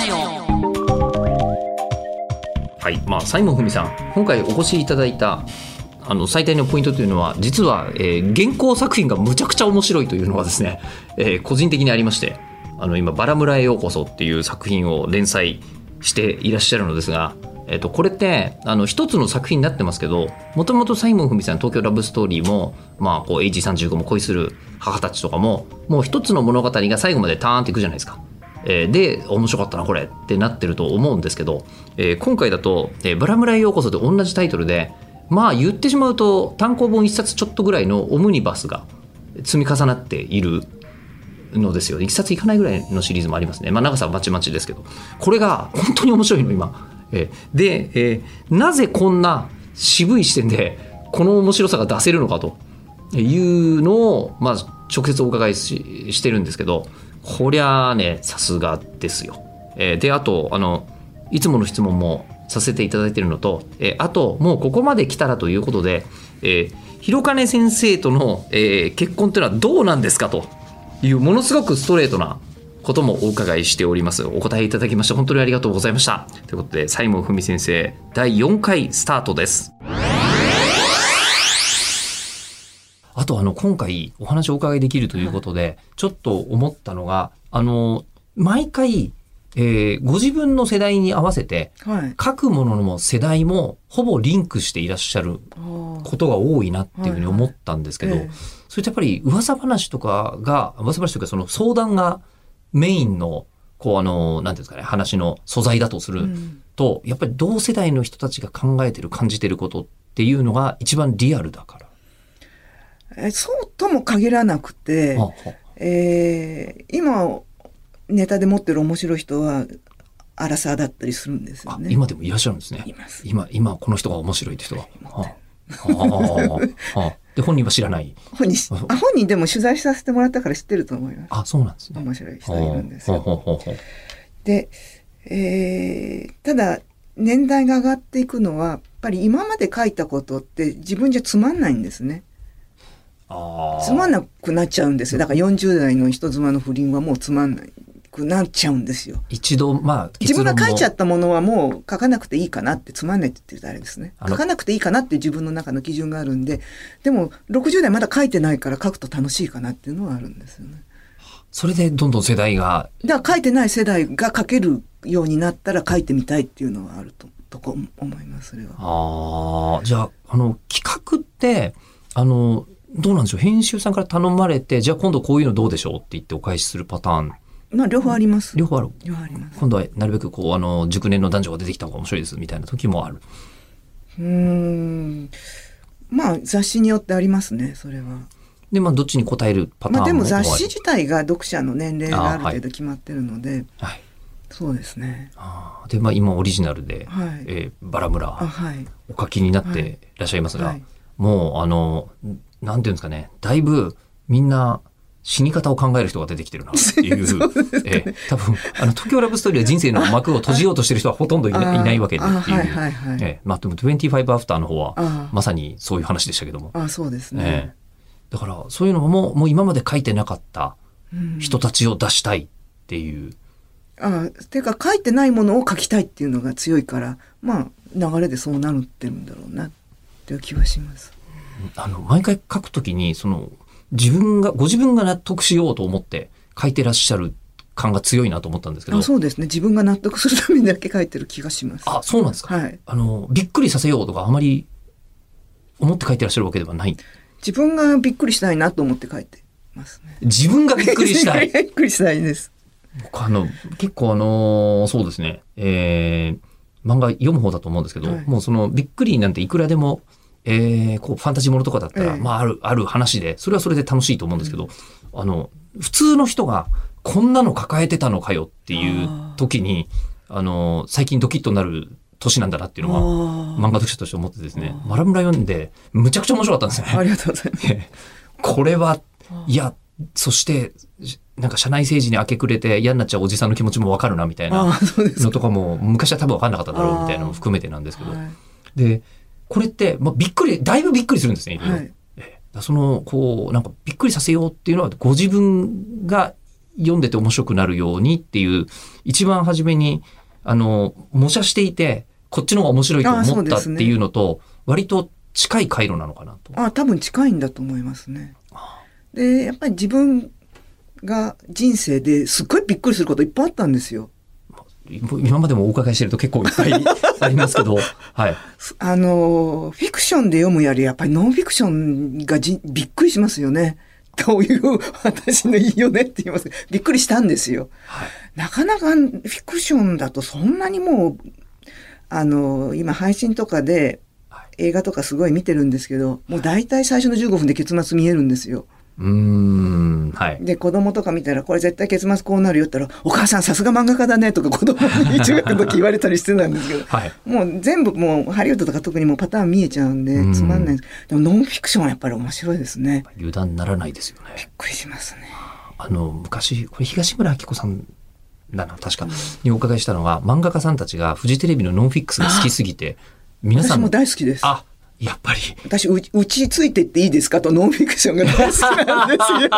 なよ。 はい、サイモンふみさん、今回お越しいただいた最大のポイントというのは、実は、原稿作品がむちゃくちゃ面白いというのがですね、個人的にありまして、今バラ村へようこそっていう作品を連載していらっしゃるのですが、これって一つの作品になってますけど、もともとサイモンふみさん東京ラブストーリーも、AG35 も恋する母たちとかも、もう一つの物語が最後までターンっていくじゃないですか。で面白かったなこれってなってると思うんですけど、今回だと、バラ村へようこそで同じタイトルで、言ってしまうと単行本1冊ちょっとぐらいのオムニバスが積み重なっているのですよ。1冊いかないぐらいのシリーズもありますね。長さはまちまちですけど、これが本当に面白いの今。で、なぜこんな渋い視点でこの面白さが出せるのかというのを、直接お伺いしてるんですけど、こりゃねさすがですよ。であといつもの質問もさせていただいているのと、あともうここまで来たらということで、広金先生との、結婚というのはどうなんですかというものすごくストレートなこともお伺いしております。お答えいただきまして本当にありがとうございました。ということで、サイモンふみ先生第4回スタートです。あと今回お話をお伺いできるということで、ちょっと思ったのが、毎回、ご自分の世代に合わせて、書くものの世代もほぼリンクしていらっしゃることが多いなっていうふうに思ったんですけど、それってやっぱり噂話というかその相談がメインのなんていうんですかね、話の素材だとすると、やっぱり同世代の人たちが考えてる感じてることっていうのが一番リアルだから。 そうとも限らなくて、今ネタで持ってる面白い人はアラサーだったりするんですよね。 今でもいらっしゃるんですね。 います。 今この人が面白いって人が。で本人は知らない。 本人でも取材させてもらったから知ってると思います。 そうなんですね。 面白い人いるんですよ。で、ただ年代が上がっていくのはやっぱり今まで書いたことって自分じゃつまんないんですね。つまんなくなっちゃうんですよ。だから40代の人妻の不倫はもうつまんなくなっちゃうんですよ。 一度自分が書いちゃったものはもう書かなくていいかなって、つまんないって言ってたらあれですね。書かなくていいかなって自分の中の基準があるんで、でも60代まだ書いてないから書くと楽しいかなっていうのはあるんですよね。 それでどんどん世代が。 だから書いてない世代が書けるようになったら書いてみたいっていうのはあると思います。それは。 じゃあ企画ってどうなんでしょう。編集さんから頼まれて、じゃあ今度こういうのどうでしょうって言ってお返しするパターン。 両方あります。 両方ある。 両方あります。 今度はなるべく熟年の男女が出てきた方が面白いですみたいな時もある。 雑誌によってありますね、それは。 でどっちに答えるパターンも。 でも雑誌自体が読者の年齢がある程度決まってるので、そうですね。 で今オリジナルで、バラ村、お書きになっていらっしゃいますが、もうなんていうんですかね、だいぶみんな死に方を考える人が出てきてるなっていう多分東京ラブストーリーは人生の幕を閉じようとしてる人はほとんどいないわけでっていう。でも25アフターの方はまさにそういう話でしたけども。 そうですね。 だからそういうのもう今まで書いてなかった人たちを出したいっていう。 ていうか書いてないものを書きたいっていうのが強いから、流れでそうなってるんだろうなっていう気はします。 毎回書くときにご自分が納得しようと思って書いてらっしゃる感が強いなと思ったんですけど。 そうですね。自分が納得するためにだけ書いてる気がします。 そうなんですか。びっくりさせようとかあまり思って書いてらっしゃるわけではない。 自分がびっくりしたいなと思って書いてますね。 自分がびっくりしたい。 びっくりしたいです。 僕結構そうですね、漫画読む方だと思うんですけど、もうびっくりなんていくらでもファンタジーものとかだったら、ある話で、それはそれで楽しいと思うんですけど、普通の人がこんなの抱えてたのかよっていう時に、最近ドキッとなる年なんだなっていうのは、漫画読者として思ってですね、バラ村読んで、むちゃくちゃ面白かったんですね。 ありがとうございます。 これは、そして、なんか社内政治に明け暮れて嫌になっちゃうおじさんの気持ちもわかるなみたいなのとかも、昔は多分わかんなかっただろうみたいなのも含めてなんですけど。で、これって、だいぶびっくりするんですね。なんかびっくりさせようっていうのはご自分が読んでて面白くなるようにっていう一番初めに模写していてこっちの方が面白いと思ったっていうのと割と近い回路なのかなと。 多分近いんだと思いますね。でやっぱり自分が人生ですっごいびっくりすることいっぱいあったんですよ。 今までもお伺いしてると結構いっぱいありますけど、はい、 フィクションで読むよりやっぱりノンフィクションがびっくりしますよね。という私のいいよねって言います。びっくりしたんですよ。はい、なかなかフィクションだとそんなにもう今配信とかで映画とかすごい見てるんですけど、もう大体最初の15分で結末見えるんですよ。 はい、 で子供とか見たらこれ絶対結末こうなるよって言ったらお母さんさすが漫画家だねとか子供に中学の時言われたりしてたんですけど、はい、もう全部もうハリウッドとか特にもうパターン見えちゃうんでつまんないです。でもノンフィクションはやっぱり面白いですね。 油断ならないですよね。 びっくりしますね。 昔これ東村明子さんだな確かにお伺いしたのは、漫画家さんたちがフジテレビのノンフィックスが好きすぎて皆さん私も大好きです。 やっぱり私うちついてっていいですかとノンフィクションが大好きなんですよ。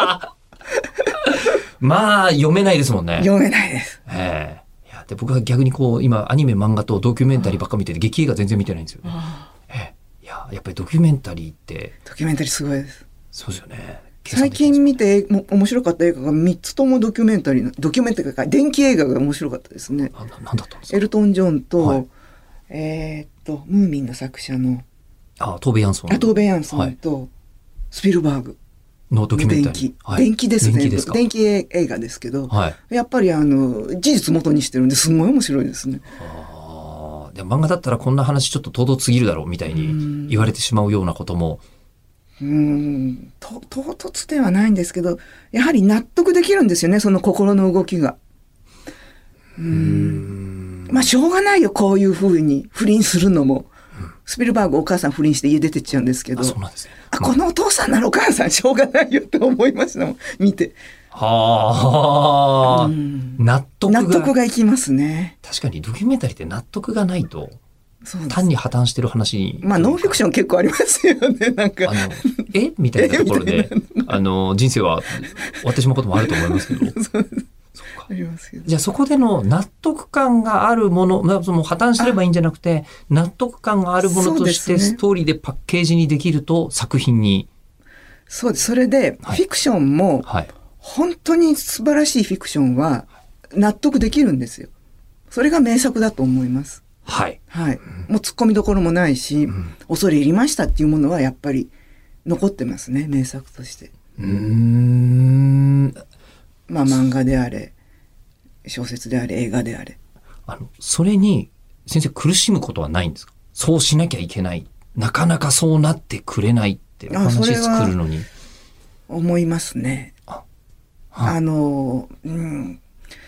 まあ読めないですもんね。 読めないです。 いやで僕は逆に今アニメ漫画とドキュメンタリーばっか見てて劇映画全然見てないんですよね。いややっぱりドキュメンタリーすごいです。そうですよね。 最近見て面白かった映画が3つともドキュメンタリーか電気映画が面白かったですね。 何だったんですか。 エルトン・ジョンと、はい、ムーミンの作者のトーベ・ヤンソンとスピルバーグのドキュメンタリー。 電気ですね。電気映画ですけど、はい、やっぱり事実元にしてるんですごい面白いですね。 で漫画だったらこんな話ちょっと唐突すぎるだろうみたいに言われてしまうようなことも唐突ではないんですけどやはり納得できるんですよね、その心の動きが。まあしょうがないよこういうふうに不倫するのも。スピルバーグお母さん不倫して家出てっちゃうんですけど、 そうなんですね。 このお父さんならお母さんしょうがないよって思いましたもん見て。 納得がいきますね。 確かにドキュメンタリーって納得がないと単に破綻してる話に、 まあノンフィクション結構ありますよね。なんかみたいなところで人生は終わってしまうこともあると思いますけど。 ありますけど、 じゃあそこでの納得感があるもの、その破綻すればいいんじゃなくて納得感があるものとしてストーリーでパッケージにできると作品に。 そうです。それで、フィクションも、本当に素晴らしいフィクションは納得できるんですよ。それが名作だと思います。 はい。 はい。もう突っ込みどころもないし、恐れ入りましたっていうものはやっぱり残ってますね、名作として。まあ漫画であれ、小説であれ、映画であれ。 それに先生苦しむことはないんですか。そうしなきゃいけない。なかなかそうなってくれないってお話作るのに。 思いますね。多分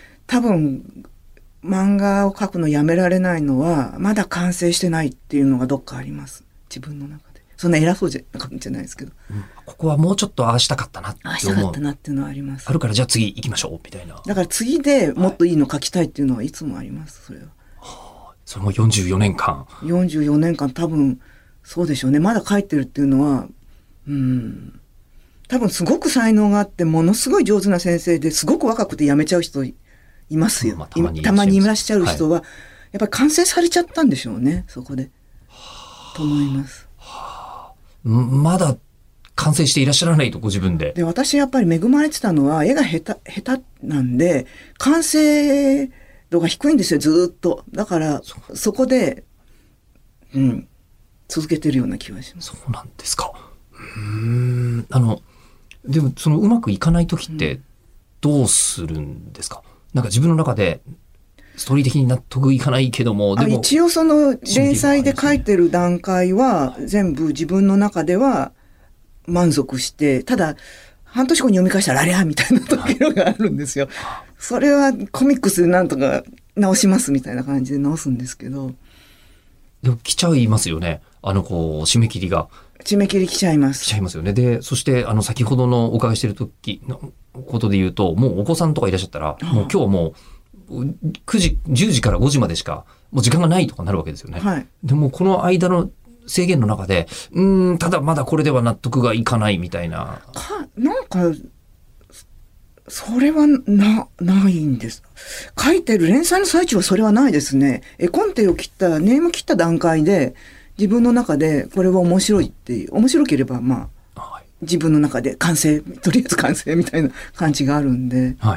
漫画を描くのやめられないのはまだ完成してないっていうのがどっかあります。自分の中で。そんな偉そうじゃないですけど、 ここはもうちょっとああしたかったなって思う。ああしたかったなっていうのはあります。 あるからじゃあ次行きましょうみたいな。 だから次でもっといいの描きたいっていうのはいつもあります。それは。 それも44年間。 44年間多分そうでしょうね。まだ描いてるっていうのは、多分すごく才能があってものすごい上手な先生ですごく若くて辞めちゃう人いますよ。たまにいらっしゃる人は、やっぱり完成されちゃったんでしょうね。そこで。と思います。 まだ完成していらっしゃらないとご自分で。 で、私やっぱり恵まれてたのは絵が下手なんで完成度が低いんですよ、ずっと。だからそこで、続けてるような気がします。 そうなんですか。でもそのうまくいかない時ってどうするんですか。なんか自分の中でストーリー的に納得いかないけども、でも一応その連載で書いてる段階は全部自分の中では満足して、ただ半年後に読み返したらありゃみたいなところがあるんですよ。それはコミックスでなんとか直しますみたいな感じで直すんですけど。 でも来ちゃいますよね。締め切りが。 締め切り来ちゃいます。 来ちゃいますよね。で、そして先ほどのお伺いしてる時のことで言うと、もうお子さんとかいらっしゃったら、もう今日はもう9時、10時から5時までしかもう時間がないとかなるわけですよね。 はい。 でもこの間の制限の中で、ただまだこれでは納得がいかないみたいな。 なんかそれはないんです。書いてる連載の最中はそれはないですね。絵コンテを切った、ネーム切った段階で、自分の中でこれは面白いっていう、面白ければまあ、はい、自分の中で完成、とりあえず完成みたいな感じがあるんで、 はい、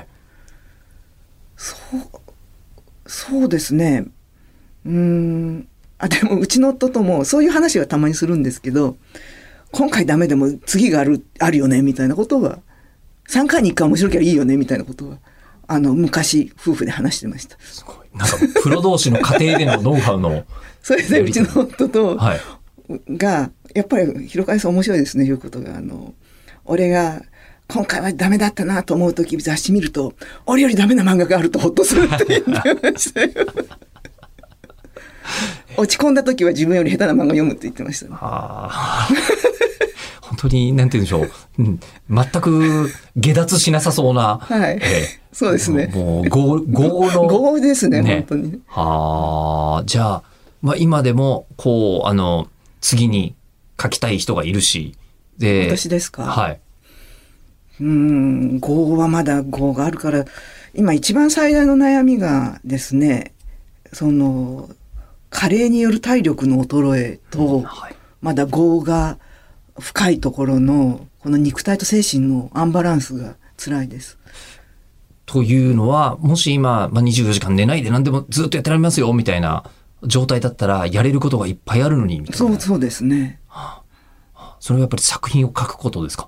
そうですね。でもうちの夫ともそういう話はたまにするんですけど、今回ダメでも次があるよねみたいなことは、3回に1回面白ければいいよねみたいなことは昔夫婦で話してました。 すごい。なんかプロ同士の家庭でのノウハウのそれでうちの夫と、はい、がやっぱり広川さん面白いですね、いうことが俺が今回はダメだったなと思うとき雑誌見ると俺よりダメな漫画があるとホッとするって言ってましたよ。落ち込んだ時は自分より下手な漫画読むって言ってましたね。 本当になんて言うんでしょう、全く下脱しなさそうな、 はい、そうですね。 もう業ですね、本当に。 じゃあ、まあ、今でもこう次に書きたい人がいるし、で、 私ですか。 はい。 業はまだ業があるから、今一番最大の悩みがですね、加齢による体力の衰えと、はい、まだ業が深いところのこの肉体と精神のアンバランスが辛いです。 というのは、もし今、24時間寝ないで何でもずっとやってられますよみたいな状態だったらやれることがいっぱいあるのにみたいな。 そうですね。 それはやっぱり作品を書くことですか？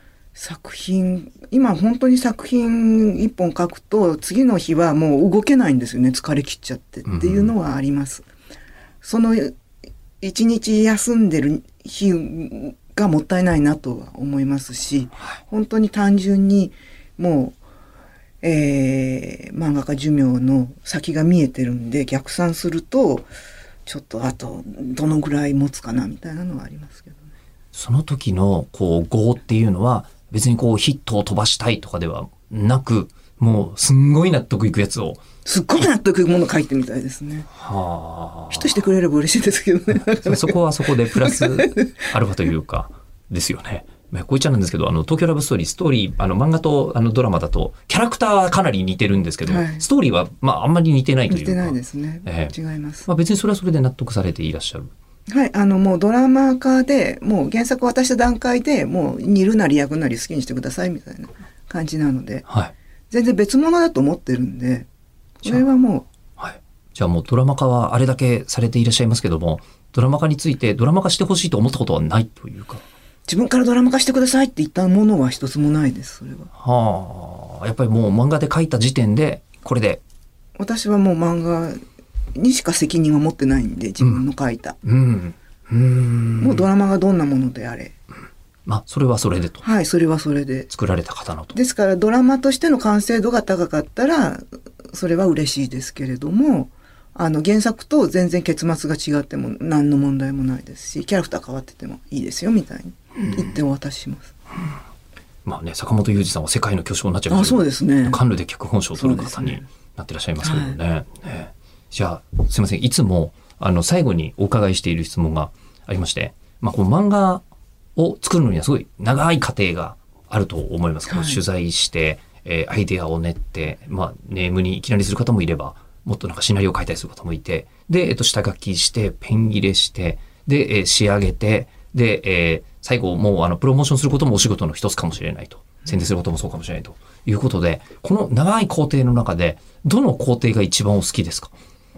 今本当に作品一本書くと次の日はもう動けないんですよね、疲れ切っちゃってっていうのはあります。その一日休んでる日がもったいないなとは思いますし、本当に単純にもう、漫画家寿命の先が見えてるんで逆算するとちょっとあとどのぐらい持つかなみたいなのはありますけどね。 その時の業っていうのは別にヒットを飛ばしたいとかではなく、もうすんごい納得いくやつを、 すっごい納得いくものを書いてみたいですね。ヒットしてくれれば嬉しいですけどね。 そこはそこでプラスアルファというかですよね。こういっちゃなんですけど、東京ラブストーリー、漫画とドラマだとキャラクターはかなり似てるんですけど、はい、ストーリーはあんまり似てないというか。 似てないですね。違います。 別にそれはそれで納得されていらっしゃる。 はい、もうドラマ化でもう原作を渡した段階でもう煮るなり焼くなり好きにしてくださいみたいな感じなので、はい、全然別物だと思ってるんで、これはもう、 はい、じゃあもうドラマ化はあれだけされていらっしゃいますけども、ドラマ化についてドラマ化してほしいと思ったことはないというか。 自分からドラマ化してくださいって言ったものは一つもないです。それは。 やっぱりもう漫画で書いた時点でこれで。 私はもう漫画にしか責任は持ってないんで、自分の書いた。もうドラマがどんなものであれ。 それはそれでと。 はい、それはそれで。 作られた方のと。 ですからドラマとしての完成度が高かったら、それは嬉しいですけれども、原作と全然結末が違っても何の問題もないですし、キャラクター変わっててもいいですよみたいに言ってお渡しします。 坂本雄二さんは世界の巨匠になっちゃいますけど、 そうですね。 カンヌで脚本賞を取る方になってらっしゃいますけどね。じゃあすいません、いつも最後にお伺いしている質問がありまして、この漫画を作るのにはすごい長い過程があると思います。はい、取材して、アイデアを練って、ネームにいきなりする方もいれば、もっとなんかシナリオを書いたりする方もいて、で、下書きして、ペン入れして、で、仕上げて、で、最後もうプロモーションすることもお仕事の一つかもしれないと。宣伝することもそうかもしれないということで、この長い工程の中で、どの工程が一番お好きですか？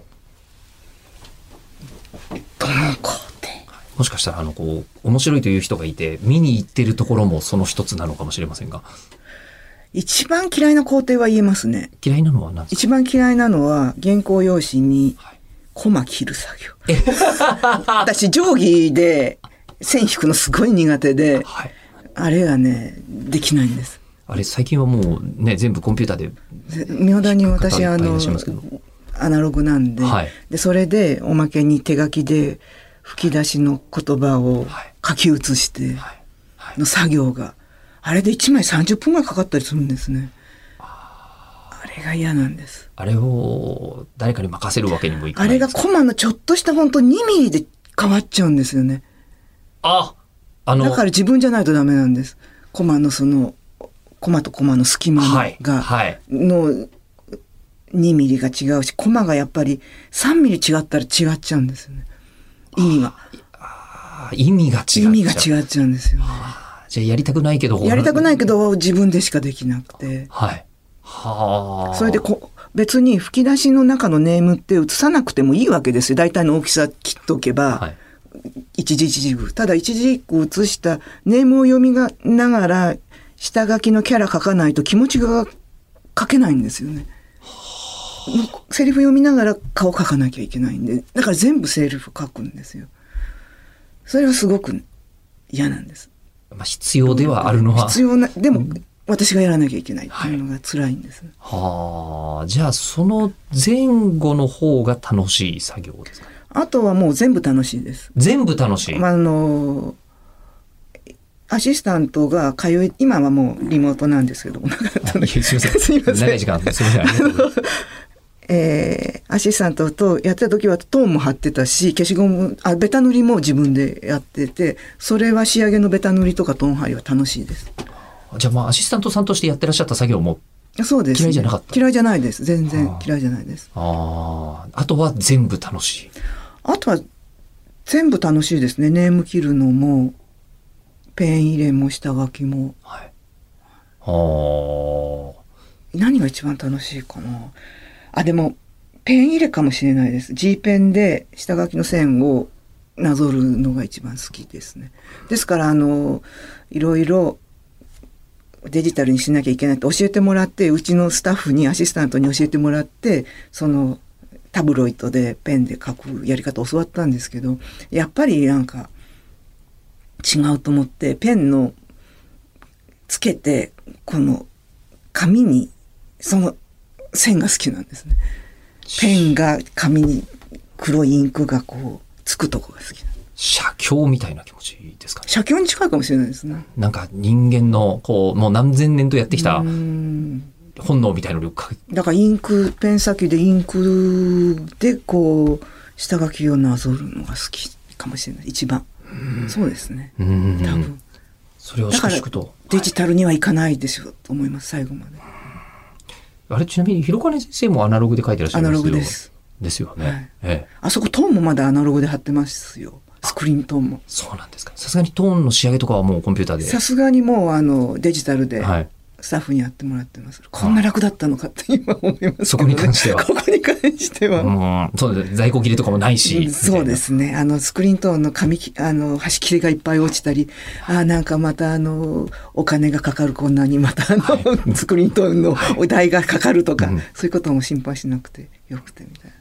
どの工程？ もしかしたら面白いという人がいて見に行ってるところもその一つなのかもしれませんが、 一番嫌いな工程は言えますね。 嫌いなのは何ですか？ 一番嫌いなのは原稿用紙にコマ切る作業。私定規で線引くのすごい苦手で、はい、あれがねできないんです。 あれ最近はもうね全部コンピューターで妙だに私アナログなんで、はい、でそれでおまけに手書きで吹き出しの言葉を書き写しての作業が、あれで1枚30分ぐらいかかったりするんですね。あれが嫌なんです。 あれを誰かに任せるわけにもいかない。 あれがコマのちょっとした本当2ミリで変わっちゃうんですよね。だから自分じゃないとダメなんです。コマのそのコマとコマの隙間の2ミリが違うし、コマがやっぱり3ミリ違ったら違っちゃうんですよね。意味が。 意味が違っちゃうんですよね。 じゃあやりたくないけど自分でしかできなくて。 はい。はあ。 それで別に吹き出しの中のネームって写さなくてもいいわけですよ。大体の大きさ切っとけば。はい、一字一句。ただ一字一句写したネームを読みながら下書きのキャラ書かないと気持ちが書けないんですよね。セリフ読みながら顔書かなきゃいけないんで、だから全部セリフ書くんですよ。それはすごく嫌なんです。 必要ではあるのは。 でも、私がやらなきゃいけないっていうのが辛いんです。 はあ。じゃあその前後の方が楽しい作業ですか？ あとはもう全部楽しいです。 全部楽しい。 アシスタントが今はもうリモートなんですけども、 すいません。長い時間すいません。アシスタントとやってた時はトーンも貼ってたし、消しゴム、ベタ塗りも自分でやってて、それは仕上げのベタ塗りとかトーン貼りは楽しいです。 じゃあアシスタントさんとしてやってらっしゃった作業もそうです、ね、 嫌いじゃなかった？ 嫌いじゃないです。全然嫌いじゃないです。 あとは全部楽しい。 あとは全部楽しいですね。ネーム切るのも、ペン入れも下書きも。はい。何が一番楽しいかな。でも、ペン入れかもしれないです。G ペンで下書きの線をなぞるのが一番好きですね。ですから、いろいろデジタルにしなきゃいけないって教えてもらって、うちのスタッフにアシスタントに教えてもらって、タブロイドでペンで書くやり方を教わったんですけど、やっぱりなんか違うと思って、ペンのつけて、この紙にその線が好きなんですね。ペンが紙に黒いインクがつくとこが好き。 写経みたいな気持ちですかね。 写経に近いかもしれないですね。 なんか人間のもう何千年とやってきた本能みたいなのをだからペン先でインクで下書きをなぞるのが好きかもしれない。一番。そうですね。多分。 それを粛々と。 デジタルにはいかないでしょうと思います、最後まで。 あれ、ちなみに広金先生もアナログで書いてらっしゃいますよ。 アナログです。 ですよね。はい、 あそこトーンもまだアナログで貼ってますよ。スクリーントーンも。 そうなんですか。さすがにトーンの仕上げとかはもうコンピューターで。 さすがにもうデジタルでスタッフにやってもらってます。こんな楽だったのかって今思いますけど、ね。 そこに関しては。 ここに関しては。 そうです。在庫切れとかもないし。 そうですね。スクリーントーンの端切れがいっぱい落ちたり、なんかまたお金がかかるこんなにまたスクリーントーンのお代がかかるとか、そういうことも心配しなくてよくてみたいな。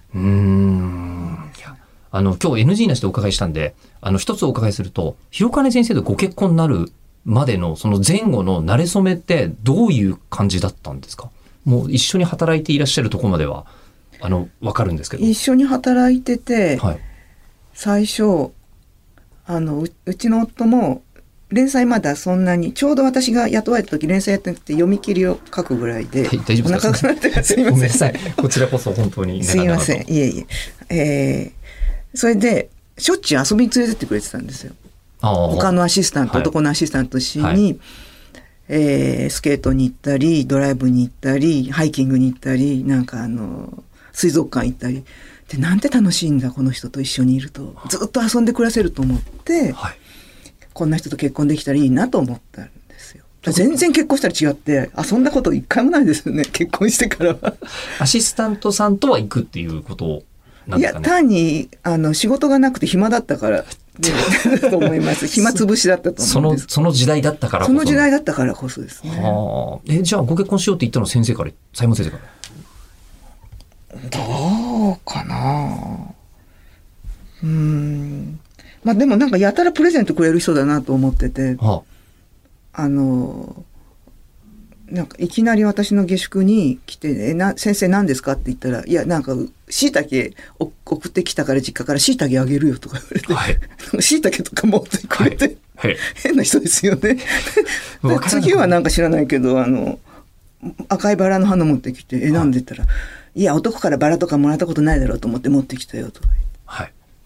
今日 NG なしでお伺いしたんで、一つお伺いすると、広金先生とご結婚になるまでのその前後の馴れ初めってどういう感じだったんですか？もう一緒に働いていらっしゃるところまではわかるんですけど。 一緒に働いてて、はい、最初うちの夫も連載まだそんなに、ちょうど私が雇われた時連載やってなくて読み切りを書くぐらいで、 はい、大丈夫ですか？すいません。ごめんなさい。こちらこそ本当にすいません。いえいえ。それでしょっちゅう遊びに連れてってくれてたんですよ。他のアシスタント、男のアシスタントと一緒に、スケートに行ったり、ドライブに行ったり、ハイキングに行ったり、なんか水族館行ったり。で、なんて楽しいんだ、この人と一緒にいると。ずっと遊んで暮らせると思って、こんな人と結婚できたらいいなと思ったんですよ。全然結婚したら違って、そんなこと一回もないですよね、結婚してからは。 アシスタントさんとは行くっていうことなんですかね。 いや、単に、仕事がなくて暇だったから、だと思います。暇つぶしだったと思うんです。 その時代だったからこそ。 その時代だったからこそですね。 じゃあご結婚しようって言ったのは先生から、西門先生から。 どうかな。でもなんかやたらプレゼントくれる人だなと思ってて、なんかいきなり私の下宿に来て、先生何ですかって言ったら、いや、なんか椎茸送ってきたから実家から椎茸あげるよとか言われて、椎茸とか持ってくれて、変な人ですよね。で次はなんか知らないけど、赤いバラの花持ってきて、なんで言ったら、いや、男からバラとかもらったことないだろうと思って持ってきたよとか言って。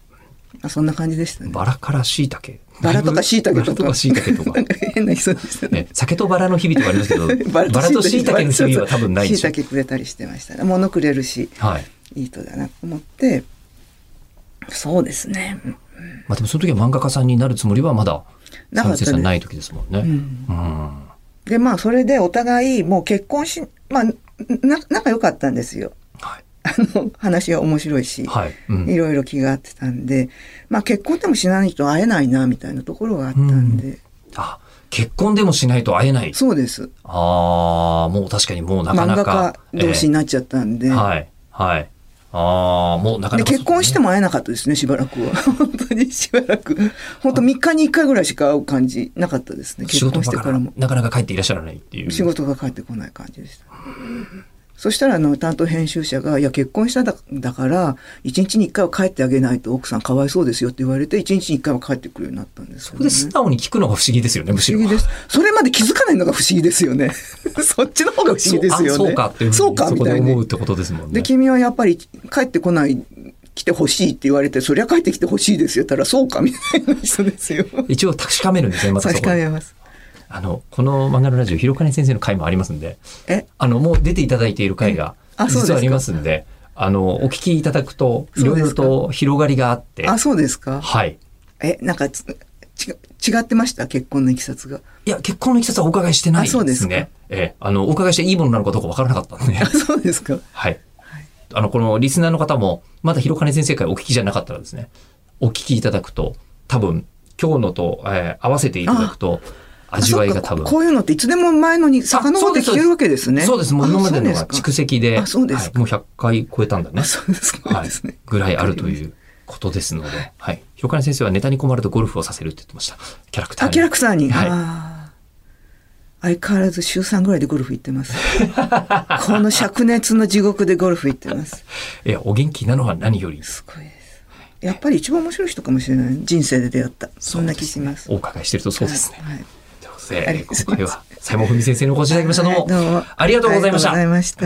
そんな感じでしたね。 バラから椎茸。 バラとか椎茸とか。 椎茸とか。 変な人でしたね。 酒とバラの日々とかありますけど、バラと椎茸の日々は多分ないでしょ。 椎茸くれたりしてましたね。物くれるし、はい、いい人だなと思って、そうですね。 まあでもその時は漫画家さんになるつもりはまだ三浦先生はない時ですもんね。 でまあそれでお互いもう結婚し、まあ仲良かったんですよ。はい、話は面白いし、はい、いろいろ気が合ってたんで、まあ結婚でもしないと会えないなみたいなところがあったんで。 あ、結婚でもしないと会えない。 そうです。 ああ、もう確かにもうなかなか漫画家同士になっちゃったんで。 はいはい。ああ、もうなかなか、 で結婚しても会えなかったですね、しばらくは。本当にしばらく。本当3日に1回ぐらいしか会う感じなかったですね。結婚してからも。 なかなか帰っていらっしゃらないっていう。 仕事が帰ってこない感じでした。そしたら担当編集者が、いや結婚しただから1日に1回は帰ってあげないと奥さんかわいそうですよって言われて、1日に1回は帰ってくるようになったんですよね。 そこで素直に聞くのが不思議ですよね、むしろ。 不思議です。それまで気づかないのが不思議ですよね。そっちの方が不思議ですよね。 そうかっていうふうにそこで思うってことですもんね。 で君はやっぱり帰ってこない、来てほしいって言われて、そりゃ帰ってきてほしいですよったらそうかみたいな人ですよ。 一応確かめるんですね、またそこで。 確かめます。 この漫画のラジオ、広金先生の回もありますんで、もう出ていただいている回が実はありますんで、お聞きいただくといろいろと広がりがあって。 あ、そうですか。 はい。 なんか違ってました、結婚のいきさつが。 いや、結婚のいきさつはお伺いしてないですね。そうですか。お伺いしていいものなのかどうかわからなかったんで。 あ、そうですか。 はい。このリスナーの方もまだ広金先生会お聞きじゃなかったらですね、お聞きいただくと多分今日のと、合わせていただくと味わいが多分。 こういうのっていつでも前のに遡って聞けるわけですね。 そうです。もう今までのが蓄積で、 そうですもう100回超えたんだね。 そうですか。 はい。ぐらいあるということですので、はい。広金先生はネタに困るとゴルフをさせるって言ってました。キャラクターに。 キャラクターに。 はい。 相変わらず週3ぐらいでゴルフ行ってます。この灼熱の地獄でゴルフ行ってます。 いや、お元気なのは何より。 すごいです。やっぱり一番面白い人かもしれない。人生で出会った。そんな気します。 お伺いしてるとそうですね。はい。ということで、今回は西門文先生にお越しいただきました。どうもありがとうございました。 ありがとうございました。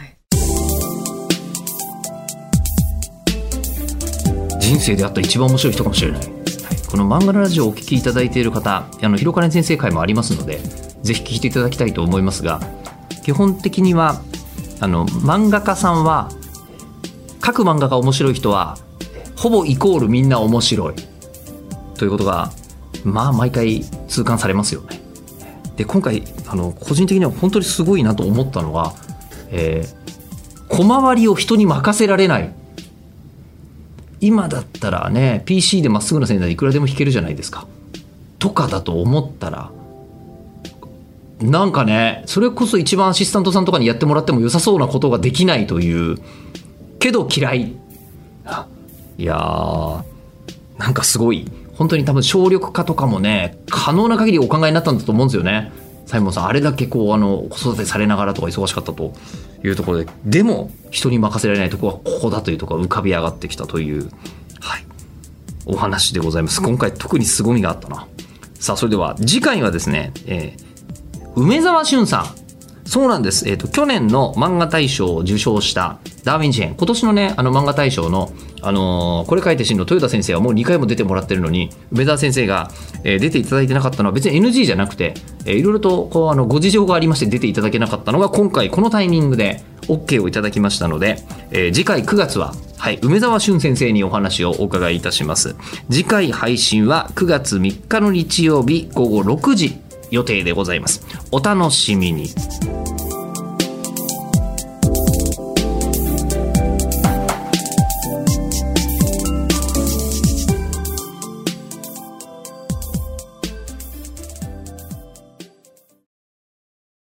人生であった一番面白い人かもしれない。この漫画のラジオをお聞きいただいている方、広金先生会もありますので、ぜひ聞いていただきたいと思いますが、基本的には漫画家さんは、各漫画が面白い人はほぼイコールみんな面白いということがまあ毎回痛感されますよね。で今回個人的には本当にすごいなと思ったのは、小回りを人に任せられない。今だったらね PC でまっすぐな線でいくらでも弾けるじゃないですかとかだと思ったら、なんかねそれこそ一番アシスタントさんとかにやってもらっても良さそうなことができないというけど嫌い。いやーなんかすごい本当に多分省力化とかもね可能な限りお考えになったんだと思うんですよね。サイモンさんあれだけこう子育てされながらとか忙しかったというところで、でも人に任せられないところはここだというところが浮かび上がってきたという、はい、お話でございます。今回特に凄みがあったな。さあそれでは次回はですね、梅沢俊さん、そうなんです、去年の漫画大賞を受賞したダーウィン事変、今年のね漫画大賞の、これ書いて真の豊田先生はもう2回も出てもらってるのに梅沢先生が、出ていただいてなかったのは別に NG じゃなくて、いろいろとこうご事情がありまして出ていただけなかったのが今回このタイミングで OK をいただきましたので、次回9月は、はい、梅沢俊先生にお話をお伺いいたします。次回配信は9月3日の日曜日午後6時予定でございます。お楽しみに。